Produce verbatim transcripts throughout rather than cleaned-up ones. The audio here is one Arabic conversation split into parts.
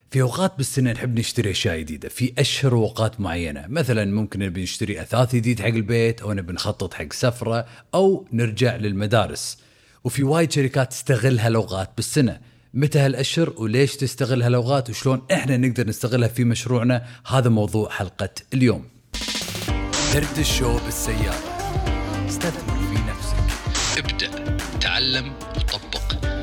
في أوقات بالسنة نحب نشتري أشياء جديدة في أشهر وأوقات معينة. مثلا ممكن نبي نشتري أثاث جديد حق البيت، أو نبي نخطط حق سفرة، أو نرجع للمدارس. وفي وايد شركات تستغل هالأوقات بالسنة. متى هالأشهر وليش تستغل هالأوقات وشلون إحنا نقدر نستغلها في مشروعنا، هذا موضوع حلقة اليوم. درد الشو بالسيارة. استثمر في نفسك، ابدأ، تعلم وطبق.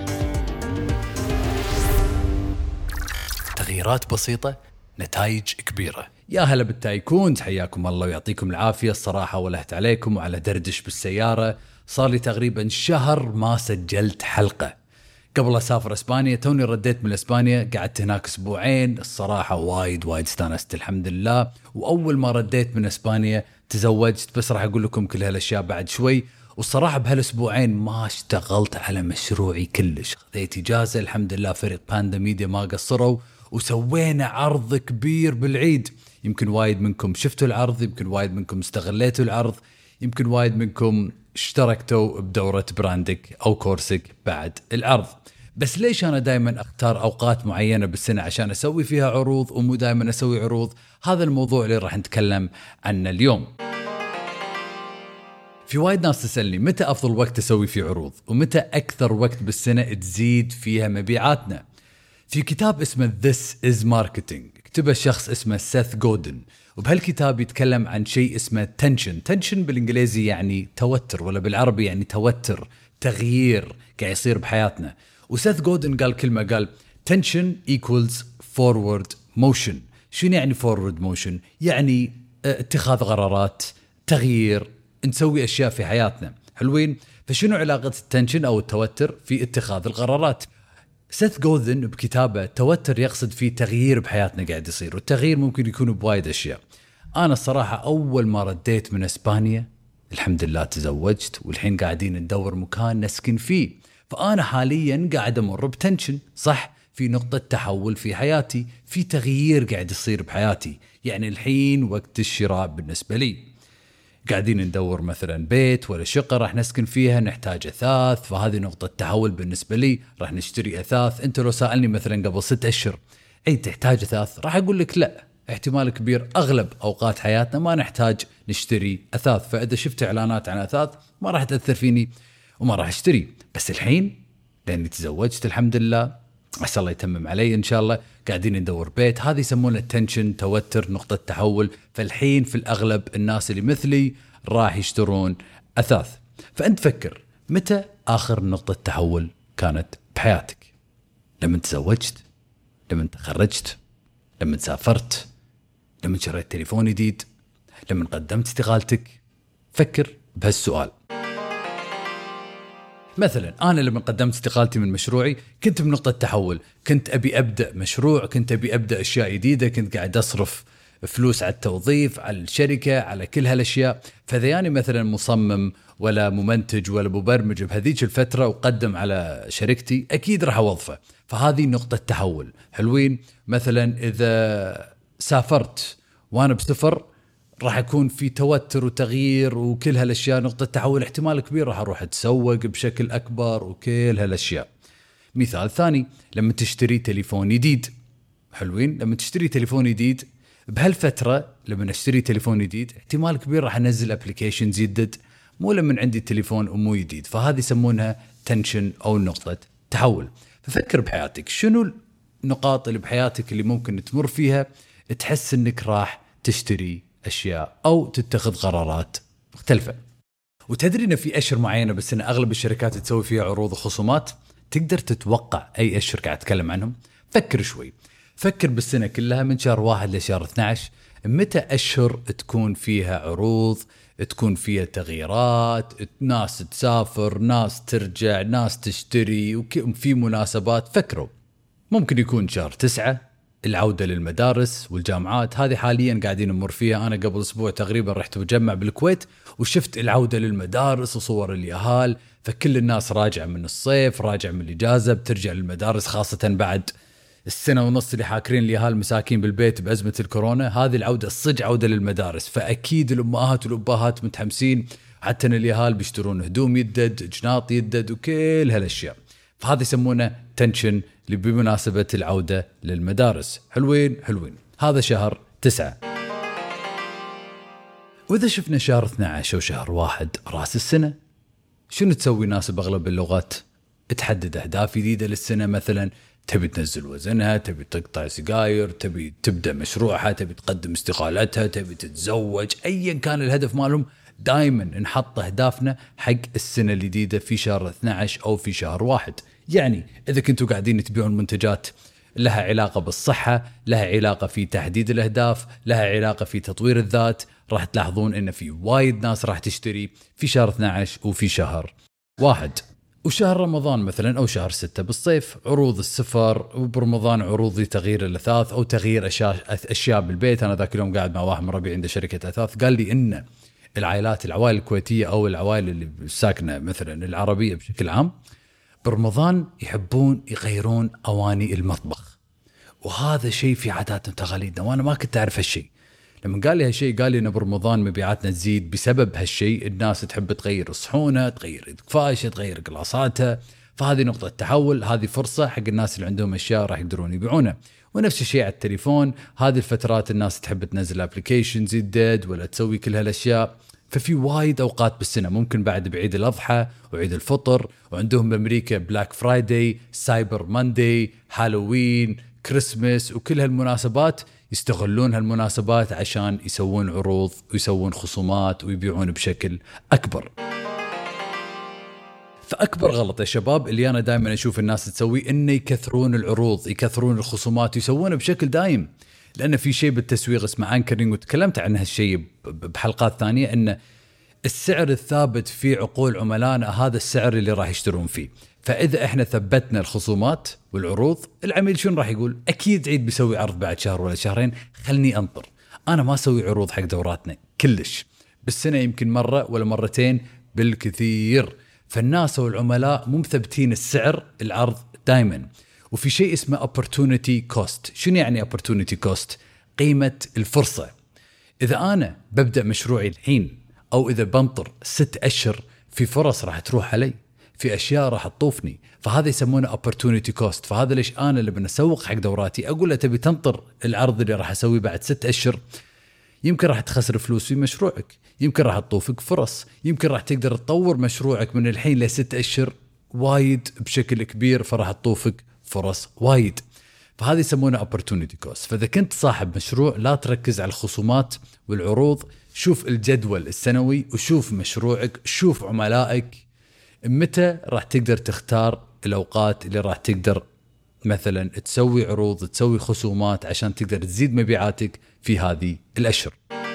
تغييرات بسيطة، نتائج كبيرة. يا هلا بالتايكونز، حياكم الله ويعطيكم العافية. الصراحة ولهت عليكم وعلى دردش بالسيارة. صار لي تقريبا شهر ما سجلت حلقة. قبل أسافر إسبانيا، توني رديت من إسبانيا، قعدت هناك أسبوعين. الصراحة وايد وايد استانست الحمد لله. وأول ما رديت من إسبانيا تزوجت، بس راح أقول لكم كل هالأشياء بعد شوي. والصراحة بهالأسبوعين ما اشتغلت على مشروعي كلش. خذيت إجازة الحمد لله. فريق باندا ميديا ما قصروا وسوينا عرض كبير بالعيد. يمكن وايد منكم شفتوا العرض، يمكن وايد منكم استغليتوا العرض، يمكن وايد منكم اشتركتوا بدورة براندك أو كورسك بعد العرض. بس ليش أنا دايما أختار أوقات معينة بالسنة عشان أسوي فيها عروض ومو دايما أسوي عروض؟ هذا الموضوع اللي راح نتكلم عنه اليوم. في وايد ناس تسألني متى أفضل وقت أسوي فيه عروض، ومتى أكثر وقت بالسنة تزيد فيها مبيعاتنا. في كتاب اسمه This is Marketing، كتبه شخص اسمه سيث جودن، وبهالكتاب يتكلم عن شيء اسمه tension. tension بالإنجليزي يعني توتر، ولا بالعربي يعني توتر، تغيير قاعد يصير بحياتنا. وسيث جودن قال كلمة، قال tension equals forward motion. شنو يعني forward motion؟ يعني اتخاذ قرارات، تغيير، نسوي أشياء في حياتنا. حلوين؟ فشنو علاقة التنشن أو التوتر في اتخاذ القرارات؟ سيث جودن بكتابه توتر يقصد فيه تغيير بحياتنا قاعد يصير، والتغيير ممكن يكون بوايد أشياء. أنا الصراحة أول ما رديت من إسبانيا الحمد لله تزوجت، والحين قاعدين ندور مكان نسكن فيه. فأنا حاليا قاعد أمر بتنشن، صح؟ في نقطة تحول في حياتي، في تغيير قاعد يصير بحياتي. يعني الحين وقت الشراء بالنسبة لي. قاعدين ندور مثلا بيت ولا شقة راح نسكن فيها، نحتاج أثاث، فهذه نقطة تحول بالنسبة لي. راح نشتري أثاث. أنت لو سألني مثلا قبل ست أشهر أي تحتاج أثاث، راح أقول لك لا. احتمال كبير أغلب أوقات حياتنا ما نحتاج نشتري أثاث، فإذا شفت إعلانات عن أثاث ما راح تأثر فيني وما راح أشتري. بس الحين لأني تزوجت الحمد لله، عسى الله يتمم علي إن شاء الله، قاعدين ندور بيت. هذه يسمونه التنشن، توتر، نقطة تحول. فالحين في الأغلب الناس اللي مثلي راح يشترون أثاث. فأنت فكر، متى آخر نقطة تحول كانت بحياتك؟ لما تزوجت؟ لما تخرجت؟ لما سافرت؟ لما شريت تليفون جديد؟ لما قدمت استقالتك؟ فكر بهالسؤال. مثلا أنا لما قدمت استقالتي من مشروعي كنت بنقطة تحول. كنت أبي أبدأ مشروع، كنت أبي أبدأ أشياء جديدة، كنت قاعد أصرف فلوس على التوظيف، على الشركة، على كل هالأشياء. فذياني مثلا مصمم ولا ممنتج ولا مبرمج بهذيك الفترة وقدم على شركتي، أكيد راح أوظفه. فهذه نقطة تحول. حلوين؟ مثلا إذا سافرت وأنا بسفر راح يكون في توتر وتغيير وكل هالأشياء، نقطة تحول. احتمال كبير راح أروح أتسوق بشكل أكبر وكل هالأشياء. مثال ثاني، لما تشتري تليفون جديد. حلوين؟ لما تشتري تليفون جديد بهالفترة، لما نشتري تليفون جديد احتمال كبير راح أنزل أبليكيشنز جدد، مو لما عندي تليفون ومو جديد. فهذه يسمونها تنشن أو نقطة تحول. ففكر بحياتك، شنو النقاط اللي بحياتك اللي ممكن تمر فيها تحس أنك راح تشتري أشياء أو تتخذ قرارات مختلفة. وتدري إن في أشهر معينة بس إن أغلب الشركات تسوي فيها عروض وخصومات. تقدر تتوقع أي أشهر قاعد أتكلم عنهم؟ فكر شوي، فكر بالسنة كلها من شهر واحد لشهر اثني عشر، متى أشهر تكون فيها عروض، تكون فيها تغييرات، ناس تسافر، ناس ترجع، ناس تشتري، وفي مناسبات. فكروا ممكن يكون شهر تسعة، العودة للمدارس والجامعات. هذه حاليا قاعدين نمر فيها. أنا قبل أسبوع تقريبا رحت مجمع بالكويت وشفت العودة للمدارس وصور اليهال. فكل الناس راجع من الصيف، راجع من الإجازة، بترجع للمدارس، خاصة بعد السنة ونص اللي حاكرين اليهال مساكين بالبيت بأزمة الكورونا. هذه العودة الصج عودة للمدارس. فأكيد الأمهات والأباهات متحمسين، حتى اليهال بيشترون هدوم يدد، جناط يدد، وكل هالأشياء. فهذا يسمونه تنشن اللي بمناسبة العودة للمدارس. حلوين حلوين. هذا شهر تسعة. وإذا شفنا شهر اثنا عشر وشهر واحد رأس السنة، شنو تسوي ناس بأغلب اللغات؟ تحدد أهداف جديدة للسنة، مثلا تبي تنزل وزنها، تبي تقطع سجاير، تبي تبدأ مشروعها، تبي تقدم استقالتها، تبي تتزوج، أيا كان الهدف مالهم. دائما نحط أهدافنا حق السنة الجديدة في شهر اثنا عشر أو في شهر واحد. يعني إذا كنتوا قاعدين تبيعون منتجات لها علاقة بالصحة، لها علاقة في تحديد الأهداف، لها علاقة في تطوير الذات، راح تلاحظون إن في وايد ناس راح تشتري في شهر اثنا عشر وفي شهر واحد. وشهر رمضان مثلا أو شهر ستة بالصيف عروض السفر، وبرمضان عروض لتغيير الأثاث أو تغيير أشياء بالبيت. أنا ذاك اليوم قاعد مع واحد من ربيعي عنده شركة أثاث، قال لي إن العائلات العوائل الكويتية أو العوائل اللي ساكنة مثلا العربية بشكل عام برمضان يحبون يغيرون أواني المطبخ، وهذا شيء في عاداتنا وتقاليدنا، وأنا ما كنت أعرف هالشيء. لما قال لي هالشيء قال لي إن برمضان مبيعاتنا تزيد بسبب هالشيء. الناس تحب تغير الصحونة، تغير الكفاشة، تغير قلاصاتها. فهذه نقطة تحول، هذه فرصة حق الناس اللي عندهم أشياء راح يقدرون يبيعونها. ونفس الشيء على التليفون، هذه الفترات الناس تحب تنزل ابليكيشنز جديد ولا تسوي كل هالأشياء. ففي وايد أوقات بالسنة، ممكن بعد بعيد الأضحى وعيد الفطر، وعندهم بأمريكا بلاك فرايداي، سايبر مانداي، هالوين، كريسمس، وكل هالمناسبات يستغلون هالمناسبات عشان يسوون عروض ويسوون خصومات ويبيعون بشكل أكبر. فأكبر غلط يا شباب اللي أنا دائما أشوف الناس تسوي إنه يكثرون العروض، يكثرون الخصومات ويسوونه بشكل دائم. لأن في شيء بالتسويق اسمه أنكرينج، وتكلمت عن هالشيء بحلقات ثانية، إن السعر الثابت في عقول عملائنا هذا السعر اللي راح يشترون فيه. فإذا إحنا ثبتنا الخصومات والعروض، العميل شنو راح يقول؟ أكيد عيد بيسوي عرض بعد شهر ولا شهرين، خلني أنطر. أنا ما أسوي عروض حق دوراتنا كلش، بالسنة يمكن مرة ولا مرتين بالكثير. فالناس والعملاء مو مثبتين السعر العرض دائما. وفي شيء اسمه opportunity cost. شنو يعني opportunity cost؟ قيمة الفرصة. إذا أنا ببدأ مشروعي الحين أو إذا بنطر ست أشهر، في فرص راح تروح علي، في أشياء راح تطوفني. فهذا يسمونه opportunity cost. فهذا ليش أنا اللي بنسوق حق دوراتي أقول له تبي تنطر العرض اللي راح أسويه بعد ست أشهر، يمكن راح تخسر فلوس في مشروعك، يمكن راح تطوفك فرص، يمكن راح تقدر تطور مشروعك من الحين لست أشهر وايد بشكل كبير، فراح تطوفك فرص وايد. فهذا يسمونه opportunity cost. فإذا كنت صاحب مشروع لا تركز على الخصومات والعروض، شوف الجدول السنوي وشوف مشروعك، شوف عملائك، متى راح تقدر تختار الأوقات اللي راح تقدر مثلا تسوي عروض، تسوي خصومات عشان تقدر تزيد مبيعاتك في هذه الأشهر.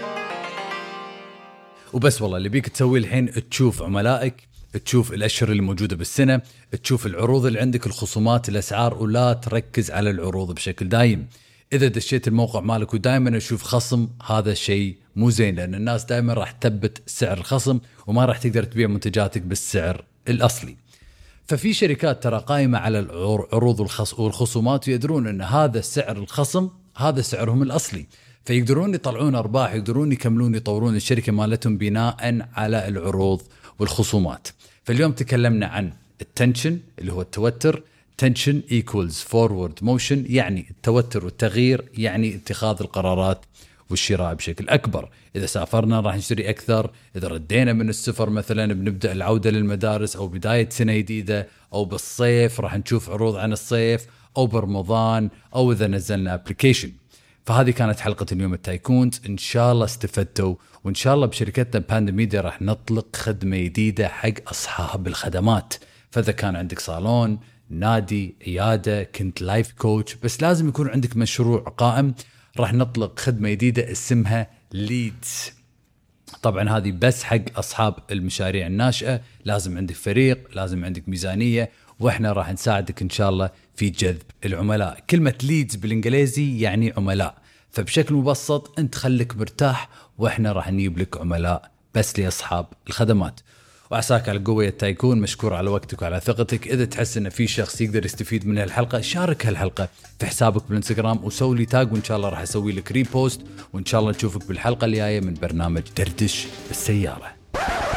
وبس والله اللي بيك تسوي الحين تشوف عملائك، تشوف الأشهر اللي موجودة بالسنة، تشوف العروض اللي عندك، الخصومات، الأسعار، ولا تركز على العروض بشكل دايم. إذا دشيت الموقع مالك ودائما أشوف خصم، هذا شيء مو زين، لأن الناس دائما راح تثبت سعر الخصم وما راح تقدر تبيع منتجاتك بالسعر الأصلي. ففي شركات ترى قائمة على العروض والخصومات ويدرون أن هذا سعر الخصم، هذا سعرهم الأصلي، فيقدرون يطلعون أرباح، يقدرون يكملون يطورون الشركة مالتهم بناء على العروض والخصومات. فاليوم تكلمنا عن التنشن اللي هو التوتر. tension equals forward motion، يعني التوتر والتغيير يعني اتخاذ القرارات والشراء بشكل أكبر. إذا سافرنا راح نشتري أكثر، إذا ردينا من السفر مثلا بنبدأ العودة للمدارس أو بداية سنة جديدة، أو بالصيف راح نشوف عروض عن الصيف، أو برمضان، أو إذا نزلنا أبليكيشن. فهذه كانت حلقة اليوم التايكونز، إن شاء الله استفدتوا، وإن شاء الله بشركتنا باندا ميديا راح نطلق خدمة جديدة حق أصحاب الخدمات. فإذا كان عندك صالون، نادي، عيادة، كنت لايف كوتش، بس لازم يكون عندك مشروع قائم، راح نطلق خدمة جديدة اسمها ليدز. طبعا هذه بس حق أصحاب المشاريع الناشئة، لازم عندك فريق، لازم عندك ميزانية، وإحنا راح نساعدك إن شاء الله في جذب العملاء. كلمة ليدز بالإنجليزي يعني عملاء، فبشكل مبسط أنت خليك مرتاح وإحنا راح نجيب لك عملاء بس لأصحاب الخدمات. وعساك على القوة يا تايكون، مشكور على وقتك وعلى ثقتك. إذا تحس إن في شخص يقدر يستفيد من هالحلقة، شارك هالحلقة في حسابك بالإنستغرام وسوي لي تاج، وإن شاء الله راح أسوي لك ريبوست، وإن شاء الله نشوفك بالحلقة الجاية من برنامج دردش بالسيارة.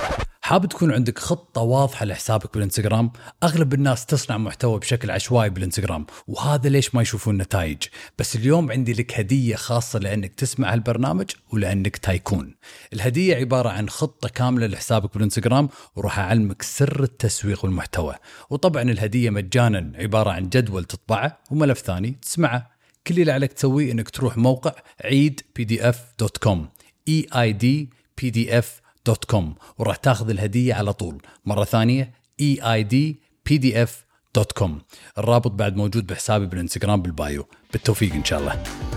حاب تكون عندك خطة واضحة لحسابك بالانستغرام؟ أغلب الناس تصنع محتوى بشكل عشوائي بالانستغرام، وهذا ليش ما يشوفون نتائج. بس اليوم عندي لك هدية خاصة لأنك تسمع هالبرنامج ولأنك تايكون. الهدية عبارة عن خطة كاملة لحسابك بالانستغرام، وراح أعلمك سر التسويق والمحتوى. وطبعا الهدية مجانا، عبارة عن جدول تطبعه وملف ثاني تسمعه. كل اللي عليك تسويه إنك تروح موقع عيد بي دي إف دوت كوم إي آي دي بي دي إف دوت كوم وراح تاخذ الهدية على طول. مرة ثانية إي آي دي بي دي إف دوت كوم. الرابط بعد موجود بحسابي بالانستغرام بالبايو. بالتوفيق إن شاء الله.